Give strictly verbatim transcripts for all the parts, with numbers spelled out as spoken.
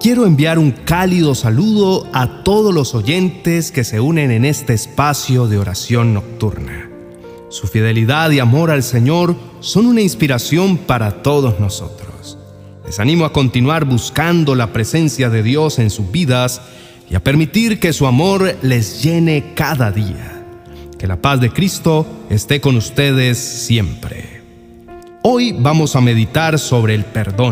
quiero enviar un cálido saludo a todos los oyentes que se unen en este espacio de oración nocturna. Su fidelidad y amor al Señor son una inspiración para todos nosotros. Les animo a continuar buscando la presencia de Dios en sus vidas y a permitir que su amor les llene cada día. Que la paz de Cristo esté con ustedes siempre. Hoy vamos a meditar sobre el perdón.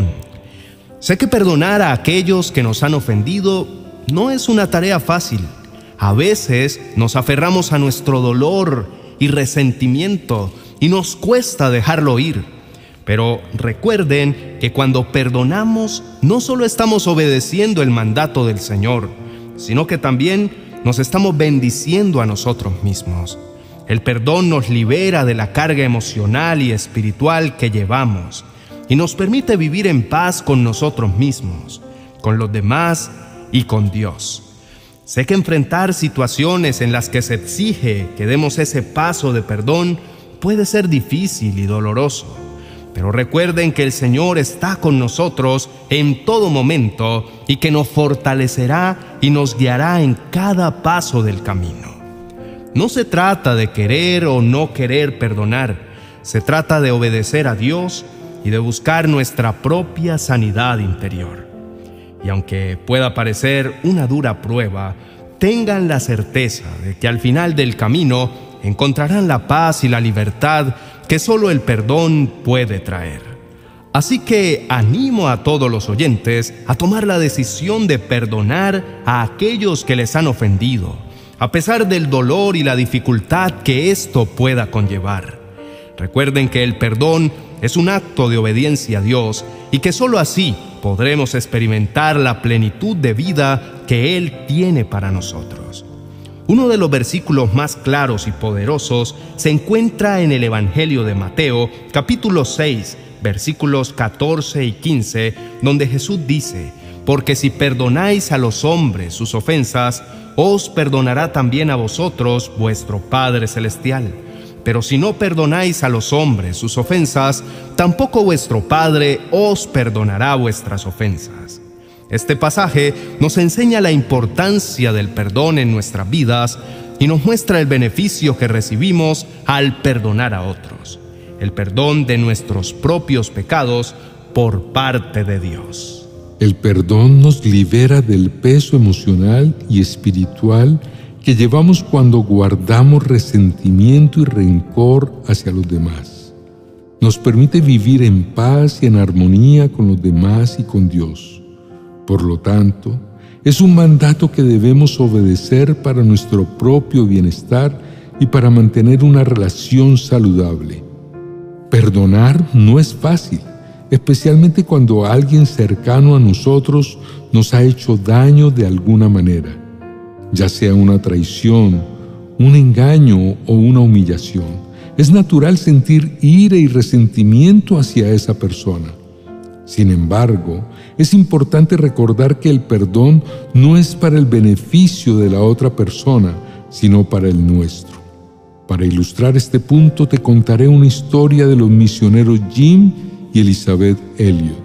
Sé que perdonar a aquellos que nos han ofendido no es una tarea fácil. A veces nos aferramos a nuestro dolor y resentimiento y nos cuesta dejarlo ir. Pero recuerden que cuando perdonamos no solo estamos obedeciendo el mandato del Señor, sino que también nos estamos bendiciendo a nosotros mismos. El perdón nos libera de la carga emocional y espiritual que llevamos y nos permite vivir en paz con nosotros mismos, con los demás y con Dios. Sé que enfrentar situaciones en las que se exige que demos ese paso de perdón puede ser difícil y doloroso, pero recuerden que el Señor está con nosotros en todo momento y que nos fortalecerá y nos guiará en cada paso del camino. No se trata de querer o no querer perdonar, se trata de obedecer a Dios y de buscar nuestra propia sanidad interior. Y aunque pueda parecer una dura prueba, tengan la certeza de que al final del camino encontrarán la paz y la libertad que solo el perdón puede traer. Así que animo a todos los oyentes a tomar la decisión de perdonar a aquellos que les han ofendido, a pesar del dolor y la dificultad que esto pueda conllevar. Recuerden que el perdón es un acto de obediencia a Dios y que solo así podremos experimentar la plenitud de vida que Él tiene para nosotros. Uno de los versículos más claros y poderosos se encuentra en el Evangelio de Mateo, capítulo seis, versículos catorce y quince, donde Jesús dice: «Porque si perdonáis a los hombres sus ofensas, os perdonará también a vosotros vuestro Padre Celestial. Pero si no perdonáis a los hombres sus ofensas, tampoco vuestro Padre os perdonará vuestras ofensas». Este pasaje nos enseña la importancia del perdón en nuestras vidas y nos muestra el beneficio que recibimos al perdonar a otros, el perdón de nuestros propios pecados por parte de Dios. El perdón nos libera del peso emocional y espiritual que llevamos cuando guardamos resentimiento y rencor hacia los demás. Nos permite vivir en paz y en armonía con los demás y con Dios. Por lo tanto, es un mandato que debemos obedecer para nuestro propio bienestar y para mantener una relación saludable. Perdonar no es fácil, especialmente cuando alguien cercano a nosotros nos ha hecho daño de alguna manera, ya sea una traición, un engaño o una humillación. Es natural sentir ira y resentimiento hacia esa persona. Sin embargo, es importante recordar que el perdón no es para el beneficio de la otra persona, sino para el nuestro. Para ilustrar este punto, te contaré una historia de los misioneros Jim y Elizabeth Elliot.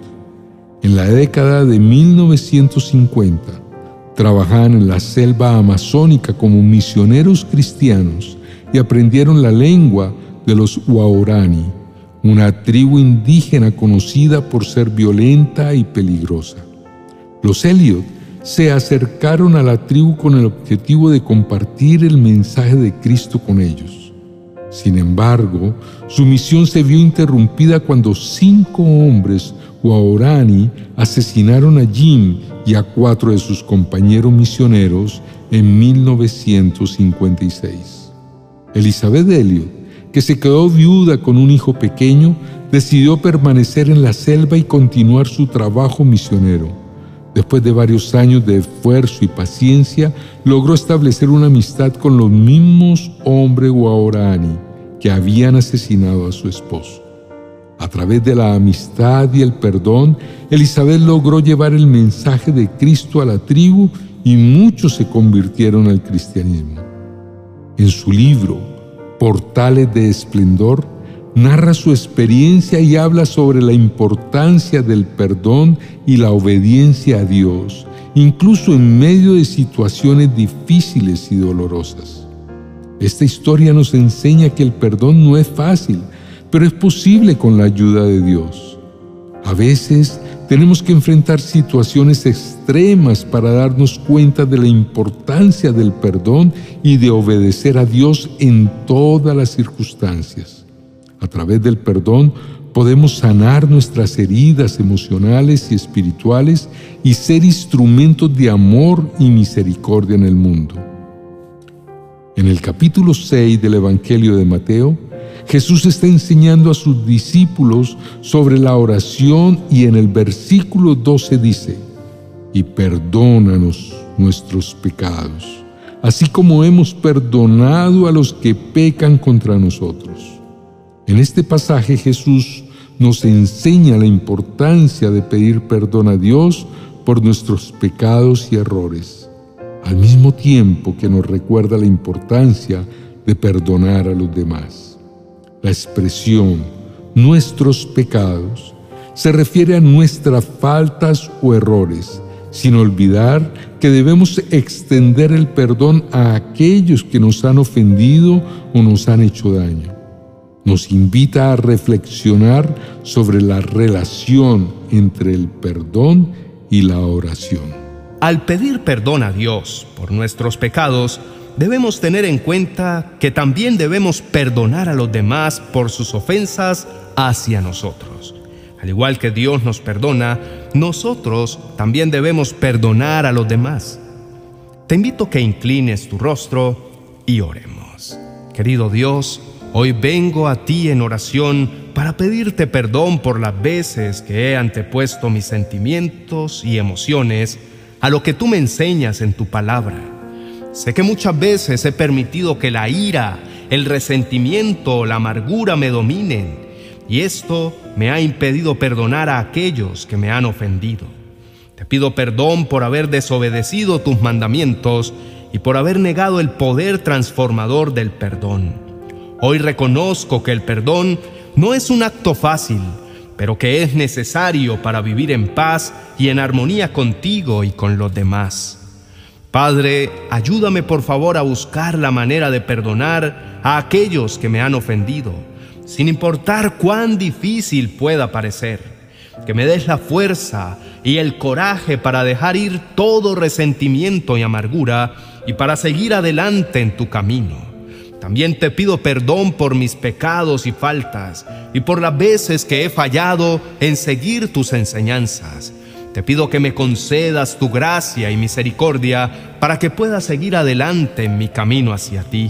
En la década de mil novecientos cincuenta, trabajaban en la selva amazónica como misioneros cristianos y aprendieron la lengua de los Waorani, una tribu indígena conocida por ser violenta y peligrosa. Los Elliot se acercaron a la tribu con el objetivo de compartir el mensaje de Cristo con ellos. Sin embargo, su misión se vio interrumpida cuando cinco hombres Waorani asesinaron a Jim y a cuatro de sus compañeros misioneros en mil novecientos cincuenta y seis. Elizabeth Elliot, que se quedó viuda con un hijo pequeño, decidió permanecer en la selva y continuar su trabajo misionero. Después de varios años de esfuerzo y paciencia, logró establecer una amistad con los mismos hombres Waorani que habían asesinado a su esposo. A través de la amistad y el perdón, Elizabeth logró llevar el mensaje de Cristo a la tribu y muchos se convirtieron al cristianismo. En su libro, Portales de Esplendor, narra su experiencia y habla sobre la importancia del perdón y la obediencia a Dios, incluso en medio de situaciones difíciles y dolorosas. Esta historia nos enseña que el perdón no es fácil, pero es posible con la ayuda de Dios. A veces tenemos que enfrentar situaciones extremas para darnos cuenta de la importancia del perdón y de obedecer a Dios en todas las circunstancias. A través del perdón podemos sanar nuestras heridas emocionales y espirituales y ser instrumentos de amor y misericordia en el mundo. En el capítulo seis del Evangelio de Mateo, Jesús está enseñando a sus discípulos sobre la oración y en el versículo doce dice: «Y perdónanos nuestros pecados, así como hemos perdonado a los que pecan contra nosotros». En este pasaje Jesús nos enseña la importancia de pedir perdón a Dios por nuestros pecados y errores, al mismo tiempo que nos recuerda la importancia de perdonar a los demás. La expresión «nuestros pecados» se refiere a nuestras faltas o errores, sin olvidar que debemos extender el perdón a aquellos que nos han ofendido o nos han hecho daño. Nos invita a reflexionar sobre la relación entre el perdón y la oración. Al pedir perdón a Dios por nuestros pecados, debemos tener en cuenta que también debemos perdonar a los demás por sus ofensas hacia nosotros. Al igual que Dios nos perdona, nosotros también debemos perdonar a los demás. Te invito a que inclines tu rostro y oremos. Querido Dios, hoy vengo a ti en oración para pedirte perdón por las veces que he antepuesto mis sentimientos y emociones a lo que tú me enseñas en tu palabra. Sé que muchas veces he permitido que la ira, el resentimiento o la amargura me dominen, y esto me ha impedido perdonar a aquellos que me han ofendido. Te pido perdón por haber desobedecido tus mandamientos y por haber negado el poder transformador del perdón. Hoy reconozco que el perdón no es un acto fácil, pero que es necesario para vivir en paz y en armonía contigo y con los demás. Padre, ayúdame por favor a buscar la manera de perdonar a aquellos que me han ofendido, sin importar cuán difícil pueda parecer. Que me des la fuerza y el coraje para dejar ir todo resentimiento y amargura y para seguir adelante en tu camino. También te pido perdón por mis pecados y faltas y por las veces que he fallado en seguir tus enseñanzas. Te pido que me concedas tu gracia y misericordia para que pueda seguir adelante en mi camino hacia ti.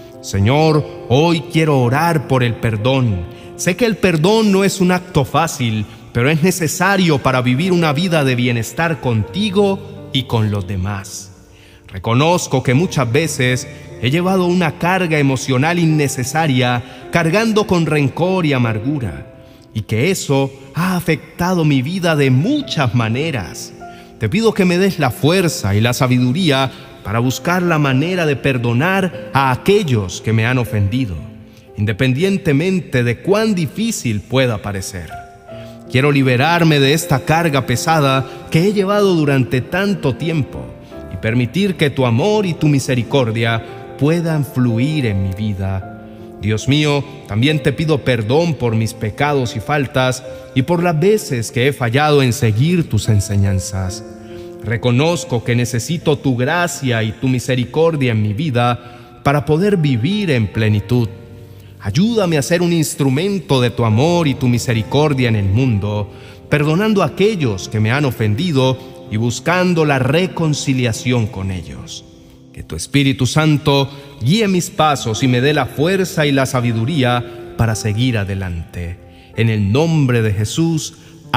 Señor, hoy quiero orar por el perdón. Sé que el perdón no es un acto fácil, pero es necesario para vivir una vida de bienestar contigo y con los demás. Reconozco que muchas veces he llevado una carga emocional innecesaria, cargando con rencor y amargura, y que eso ha afectado mi vida de muchas maneras. Te pido que me des la fuerza y la sabiduría para buscar la manera de perdonar a aquellos que me han ofendido, independientemente de cuán difícil pueda parecer. Quiero liberarme de esta carga pesada que he llevado durante tanto tiempo y permitir que tu amor y tu misericordia puedan fluir en mi vida. Dios mío, también te pido perdón por mis pecados y faltas y por las veces que he fallado en seguir tus enseñanzas. Reconozco que necesito tu gracia y tu misericordia en mi vida para poder vivir en plenitud. Ayúdame a ser un instrumento de tu amor y tu misericordia en el mundo, perdonando a aquellos que me han ofendido y buscando la reconciliación con ellos. Que tu Espíritu Santo guíe mis pasos y me dé la fuerza y la sabiduría para seguir adelante. En el nombre de Jesús,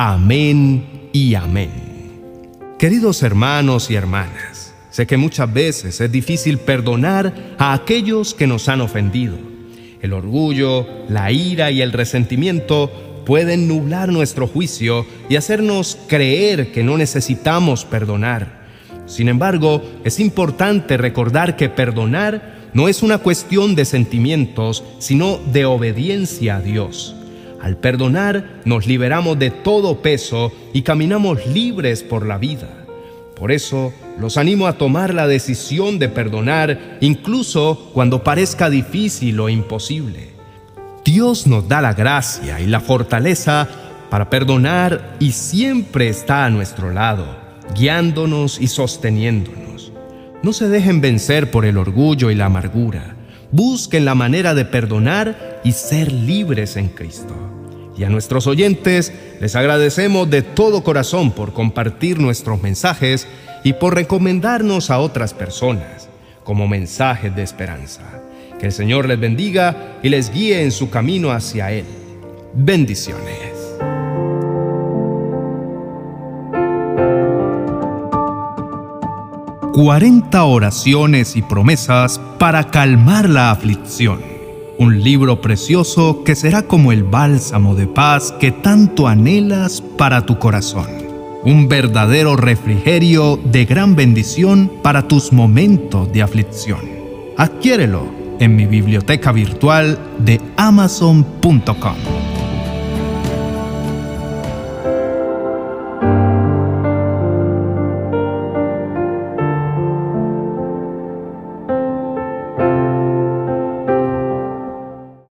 amén y amén. Queridos hermanos y hermanas, sé que muchas veces es difícil perdonar a aquellos que nos han ofendido. El orgullo, la ira y el resentimiento pueden nublar nuestro juicio y hacernos creer que no necesitamos perdonar. Sin embargo, es importante recordar que perdonar no es una cuestión de sentimientos, sino de obediencia a Dios. Al perdonar, nos liberamos de todo peso y caminamos libres por la vida. Por eso, los animo a tomar la decisión de perdonar, incluso cuando parezca difícil o imposible. Dios nos da la gracia y la fortaleza para perdonar y siempre está a nuestro lado, guiándonos y sosteniéndonos. No se dejen vencer por el orgullo y la amargura. Busquen la manera de perdonar y ser libres en Cristo. Y a nuestros oyentes les agradecemos de todo corazón por compartir nuestros mensajes y por recomendarnos a otras personas como mensajes de esperanza. Que el Señor les bendiga y les guíe en su camino hacia Él. Bendiciones. cuarenta oraciones y promesas para calmar la aflicción. Un libro precioso que será como el bálsamo de paz que tanto anhelas para tu corazón. Un verdadero refrigerio de gran bendición para tus momentos de aflicción. Adquiérelo en mi biblioteca virtual de amazon punto com.